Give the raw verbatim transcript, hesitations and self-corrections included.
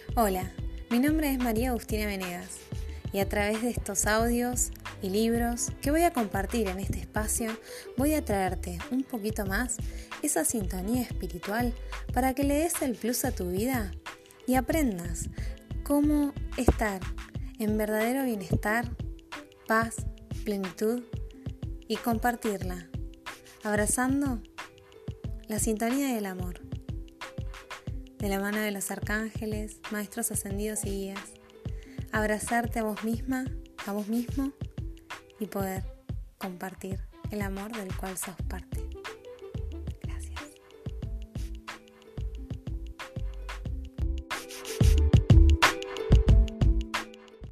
Hola, mi nombre es María Agustina Venegas y a través de estos audios y libros que voy a compartir en este espacio voy a traerte un poquito más esa sintonía espiritual para que le des el plus a tu vida y aprendas cómo estar en verdadero bienestar, paz, plenitud y compartirla, abrazando la sintonía del amor, de la mano de los arcángeles, maestros ascendidos y guías, abrazarte a vos misma, a vos mismo y poder compartir el amor del cual sos parte.